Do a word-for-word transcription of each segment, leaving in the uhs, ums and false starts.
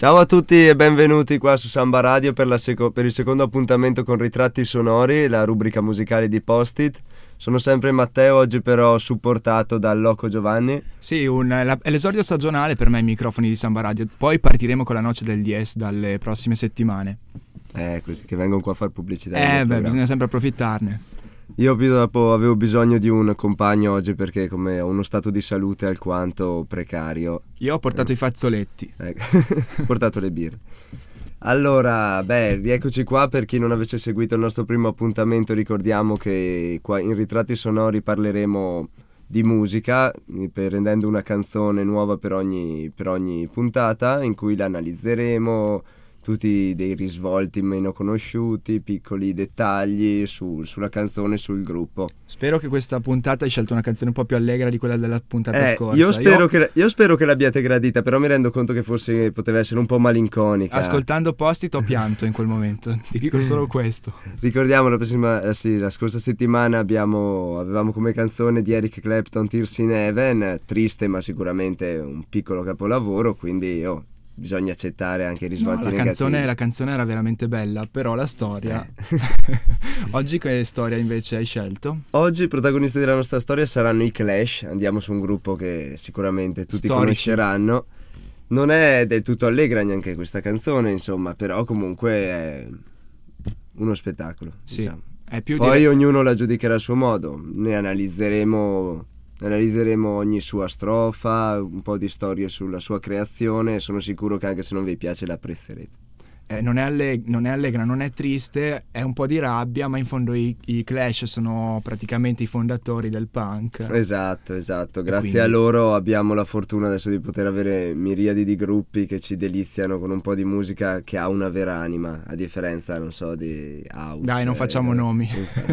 Ciao a tutti e benvenuti qua su Samba Radio per, la seco- per il secondo appuntamento con Ritratti Sonori, la rubrica musicale di Post-it. Sono sempre Matteo, oggi però supportato dal Loco Giovanni. Sì, un, la, è l'esordio stagionale per me ai microfoni di Samba Radio. Poi partiremo con la Noce del Diez dalle prossime settimane. Eh, questi che vengono qua a fare pubblicità. Eh, beh, bisogna sempre approfittarne. Io più dopo avevo bisogno di un compagno oggi perché come ho uno stato di salute alquanto precario. Io ho portato eh. i fazzoletti. Ecco, ho portato le birre. Allora, beh, rieccoci qua. Per chi non avesse seguito il nostro primo appuntamento, ricordiamo che qua in Ritratti Sonori parleremo di musica, per, rendendo una canzone nuova per ogni, per ogni puntata, in cui la analizzeremo, tutti dei risvolti meno conosciuti, piccoli dettagli su, sulla canzone, sul gruppo. Spero che questa puntata hai scelto una canzone un po' più allegra di quella della puntata eh, scorsa. Io spero, io... Che, io spero che l'abbiate gradita, però mi rendo conto che forse poteva essere un po' malinconica. Ascoltando Post-it ho pianto in quel momento, ti dico solo questo. Ricordiamo la prossima, eh sì, la scorsa settimana abbiamo, avevamo come canzone di Eric Clapton Tears in Heaven, triste ma sicuramente un piccolo capolavoro, quindi oh, bisogna accettare anche i risvolti no, la negativi. Canzone, la canzone era veramente bella, però la storia... Oggi che storia invece hai scelto? Oggi i protagonisti della nostra storia saranno i Clash. Andiamo su un gruppo che sicuramente tutti Storici. conosceranno. Non è del tutto allegra neanche questa canzone, insomma, però comunque è uno spettacolo, sì, diciamo. È più Poi dire... ognuno la giudicherà a suo modo. Ne analizzeremo... Analizzeremo ogni sua strofa, un po' di storie sulla sua creazione e sono sicuro che anche se non vi piace la apprezzerete. Eh, non, è alleg- non è allegra, non è triste, è un po' di rabbia, ma in fondo i, i Clash sono praticamente i fondatori del punk. Esatto, esatto. Grazie quindi... a loro abbiamo la fortuna adesso di poter avere miriadi di gruppi che ci deliziano con un po' di musica che ha una vera anima, a differenza, non so, di house. Dai, non facciamo eh, nomi.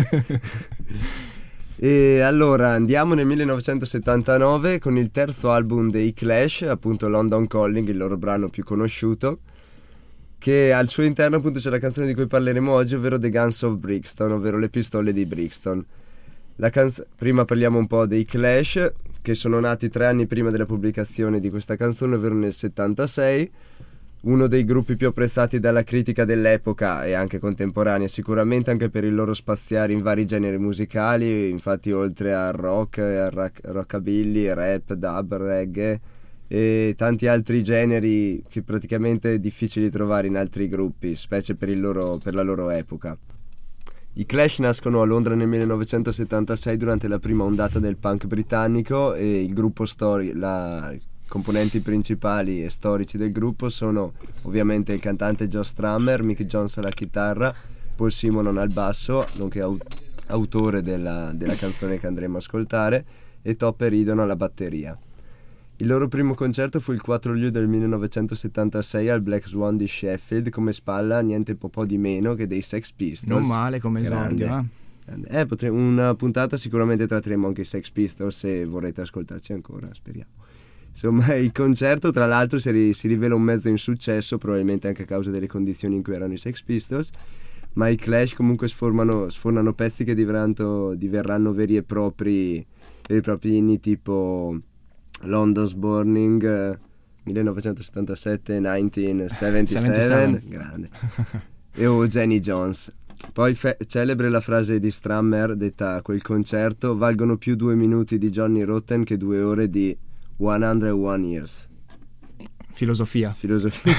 E allora andiamo nel millenovecentosettantanove con il terzo album dei Clash, appunto London Calling, il loro brano più conosciuto, che al suo interno appunto c'è la canzone di cui parleremo oggi, ovvero The Guns of Brixton, ovvero le pistole di Brixton. La canz- prima parliamo un po' dei Clash, che sono nati tre anni prima della pubblicazione di questa canzone, ovvero nel settantasei. Uno dei gruppi più apprezzati dalla critica dell'epoca e anche contemporanea, sicuramente anche per il loro spaziare in vari generi musicali, infatti oltre al rock, al rock, rockabilly, rap, dub, reggae e tanti altri generi che praticamente è difficile trovare in altri gruppi, specie per, il loro, per la loro epoca. I Clash nascono a Londra nel millenovecentosettantasei durante la prima ondata del punk britannico e il gruppo story, la componenti principali e storici del gruppo sono ovviamente il cantante Joe Strummer, Mick Jones alla chitarra, Paul Simonon al basso, nonché aut- autore della, della canzone che andremo a ascoltare, e Topper Idon alla batteria. Il loro primo concerto fu il quattro luglio del millenovecentosettantasei al Black Swan di Sheffield, come spalla niente po' po' di meno che dei Sex Pistols. Non male come esordio, eh? Eh, potre- una puntata sicuramente tratteremo anche i Sex Pistols, se vorrete ascoltarci ancora, speriamo. Insomma, il concerto tra l'altro si, ri- si rivela un mezzo insuccesso, probabilmente anche a causa delle condizioni in cui erano i Sex Pistols, ma i Clash comunque sformano, sfornano pezzi che diverranno, diverranno veri e propri, veri e propri inni, tipo London's Burning, eh, millenovecentosettantasette, millenovecentosettantasette, grande, e o Jenny Jones. Poi fe- celebre la frase di Strummer detta a quel concerto: valgono più due minuti di Johnny Rotten che due ore di centouno Years. Filosofia. Filosofia.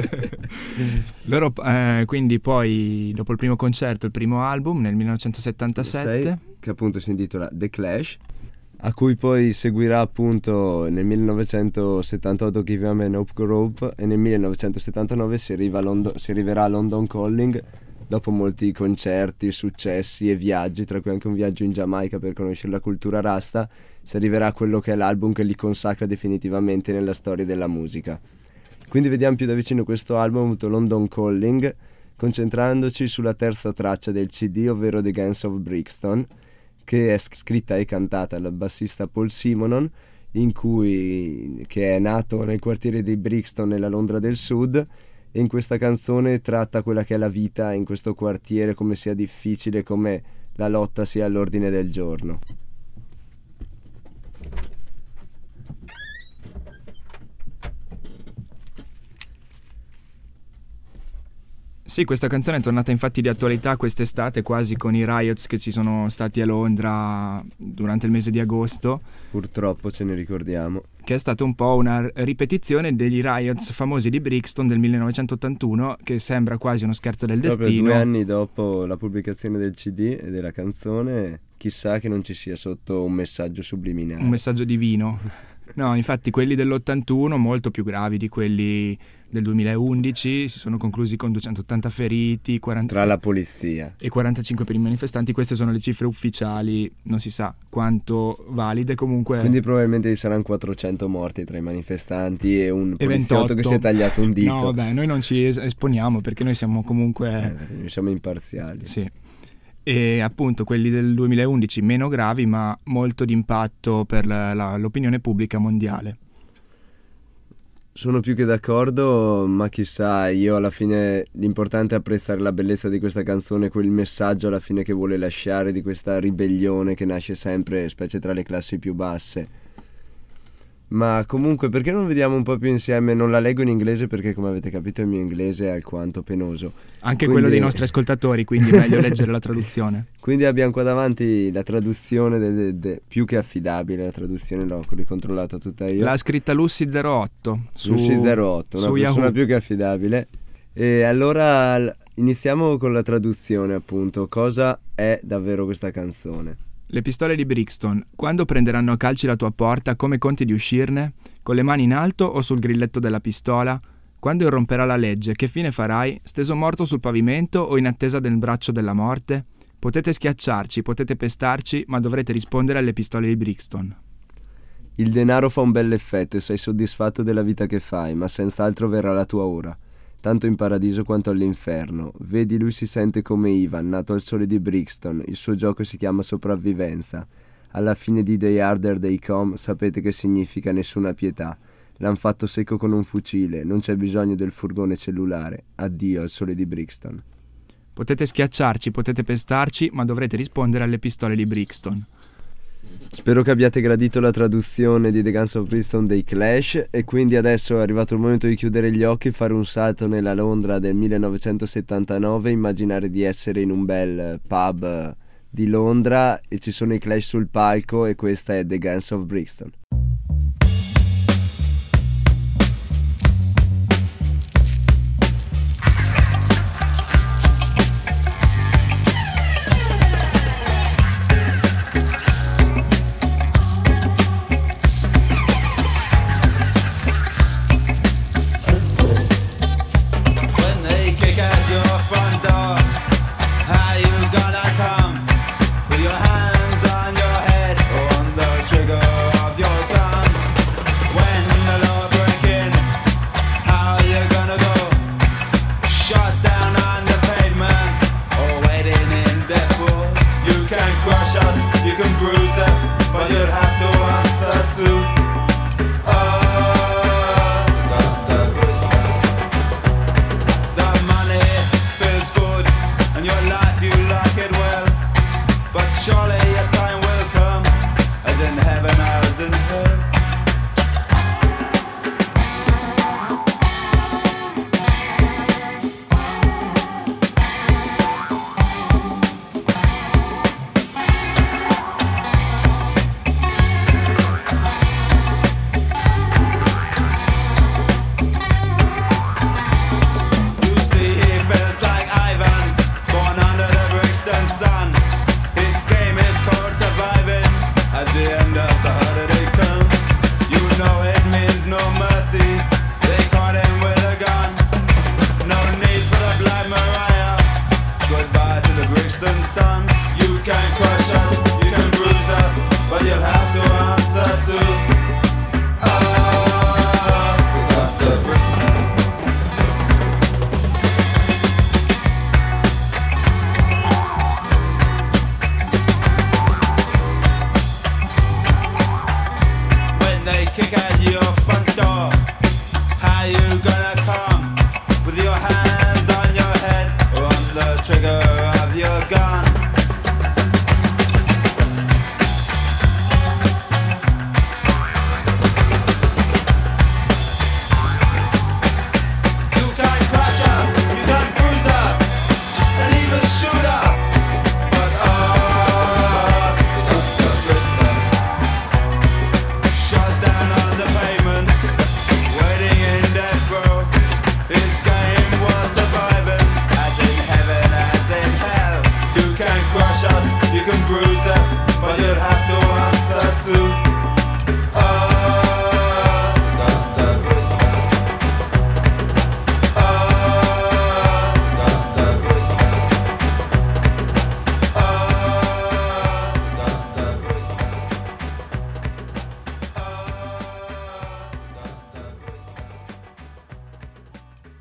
Loro eh, quindi poi dopo il primo concerto, il primo album nel millenovecentosettantasette, che appunto si intitola The Clash, a cui poi seguirà appunto nel millenovecentosettantotto Give Em an Hope Group, e nel millenovecentosettantanove si, arriva a London, si arriverà a London Calling, dopo molti concerti, successi e viaggi, tra cui anche un viaggio in Giamaica per conoscere la cultura rasta. Si arriverà a quello che è l'album che li consacra definitivamente nella storia della musica. Quindi vediamo più da vicino questo album, London Calling, concentrandoci sulla terza traccia del C D, ovvero The Guns of Brixton, che è scritta e cantata dal bassista Paul Simonon, in cui, che è nato nel quartiere di Brixton nella Londra del Sud, e in questa canzone tratta quella che è la vita in questo quartiere, come sia difficile, come la lotta sia all'ordine del giorno. Sì, questa canzone è tornata infatti di attualità quest'estate, quasi con i riots che ci sono stati a Londra durante il mese di agosto. Purtroppo ce ne ricordiamo. Che è stata un po' una ripetizione degli riots famosi di Brixton del millenovecentottantuno, che sembra quasi uno scherzo del Proprio destino. Due anni dopo la pubblicazione del C D e della canzone, chissà che non ci sia sotto un messaggio subliminale. Un messaggio divino. No, infatti quelli dell'ottantuno, molto più gravi di quelli del duemilaundici, si sono conclusi con duecentottanta feriti, quaranta tra la polizia e quarantacinque per i manifestanti. Queste sono le cifre ufficiali, non si sa quanto valide, comunque. Quindi probabilmente ci saranno quattrocento morti tra i manifestanti e un e poliziotto ventotto che si è tagliato un dito. No, vabbè, noi non ci es- esponiamo perché noi siamo comunque eh, noi siamo imparziali. Sì. E appunto quelli del duemilaundici meno gravi, ma molto d'impatto per la, la, l'opinione pubblica mondiale. Sono più che d'accordo, ma chissà, io alla fine l'importante è apprezzare la bellezza di questa canzone, quel messaggio alla fine che vuole lasciare, di questa ribellione che nasce sempre, specie tra le classi più basse. Ma comunque, perché non vediamo un po' più insieme? Non la leggo in inglese perché, come avete capito, il mio inglese è alquanto penoso. Anche quindi... quello dei nostri ascoltatori, quindi è meglio leggere la traduzione. Quindi abbiamo qua davanti la traduzione de, de, de, più che affidabile, la traduzione l'ho ricontrollata tutta io. L'ha scritta Lucy zero otto su Lucy zero otto, una su persona Yahoo. Più che affidabile. E allora iniziamo con la traduzione, appunto. Cosa è davvero questa canzone? Le pistole di Brixton. Quando prenderanno a calci la tua porta, come conti di uscirne? Con le mani in alto o sul grilletto della pistola? Quando irromperà la legge, che fine farai? Steso morto sul pavimento o in attesa del braccio della morte? Potete schiacciarci, potete pestarci, ma dovrete rispondere alle pistole di Brixton. Il denaro fa un bell'effetto e sei soddisfatto della vita che fai, ma senz'altro verrà la tua ora. Tanto in paradiso quanto all'inferno. Vedi, lui si sente come Ivan, nato al sole di Brixton. Il suo gioco si chiama sopravvivenza. Alla fine di Day Harder Day Come sapete che significa nessuna pietà. L'han fatto secco con un fucile, non c'è bisogno del furgone cellulare. Addio al sole di Brixton. Potete schiacciarci, potete pestarci, ma dovrete rispondere alle pistole di Brixton. Spero che abbiate gradito la traduzione di The Guns of Brixton dei Clash, e quindi adesso è arrivato il momento di chiudere gli occhi, fare un salto nella Londra del millenovecentosettantanove, immaginare di essere in un bel pub di Londra e ci sono i Clash sul palco e questa è The Guns of Brixton. Your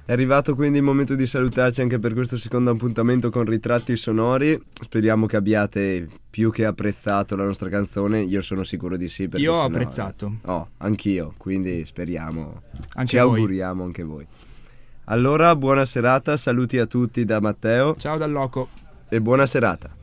È arrivato quindi il momento di salutarci anche per questo secondo appuntamento con Ritratti Sonori. Speriamo che abbiate più che apprezzato la nostra canzone. Io sono sicuro di sì. Io ho sennò, apprezzato. Oh, anch'io, quindi speriamo, Anche ci voi. auguriamo anche voi. Allora, buona serata, saluti a tutti da Matteo Ciao dal Loco. e buona serata.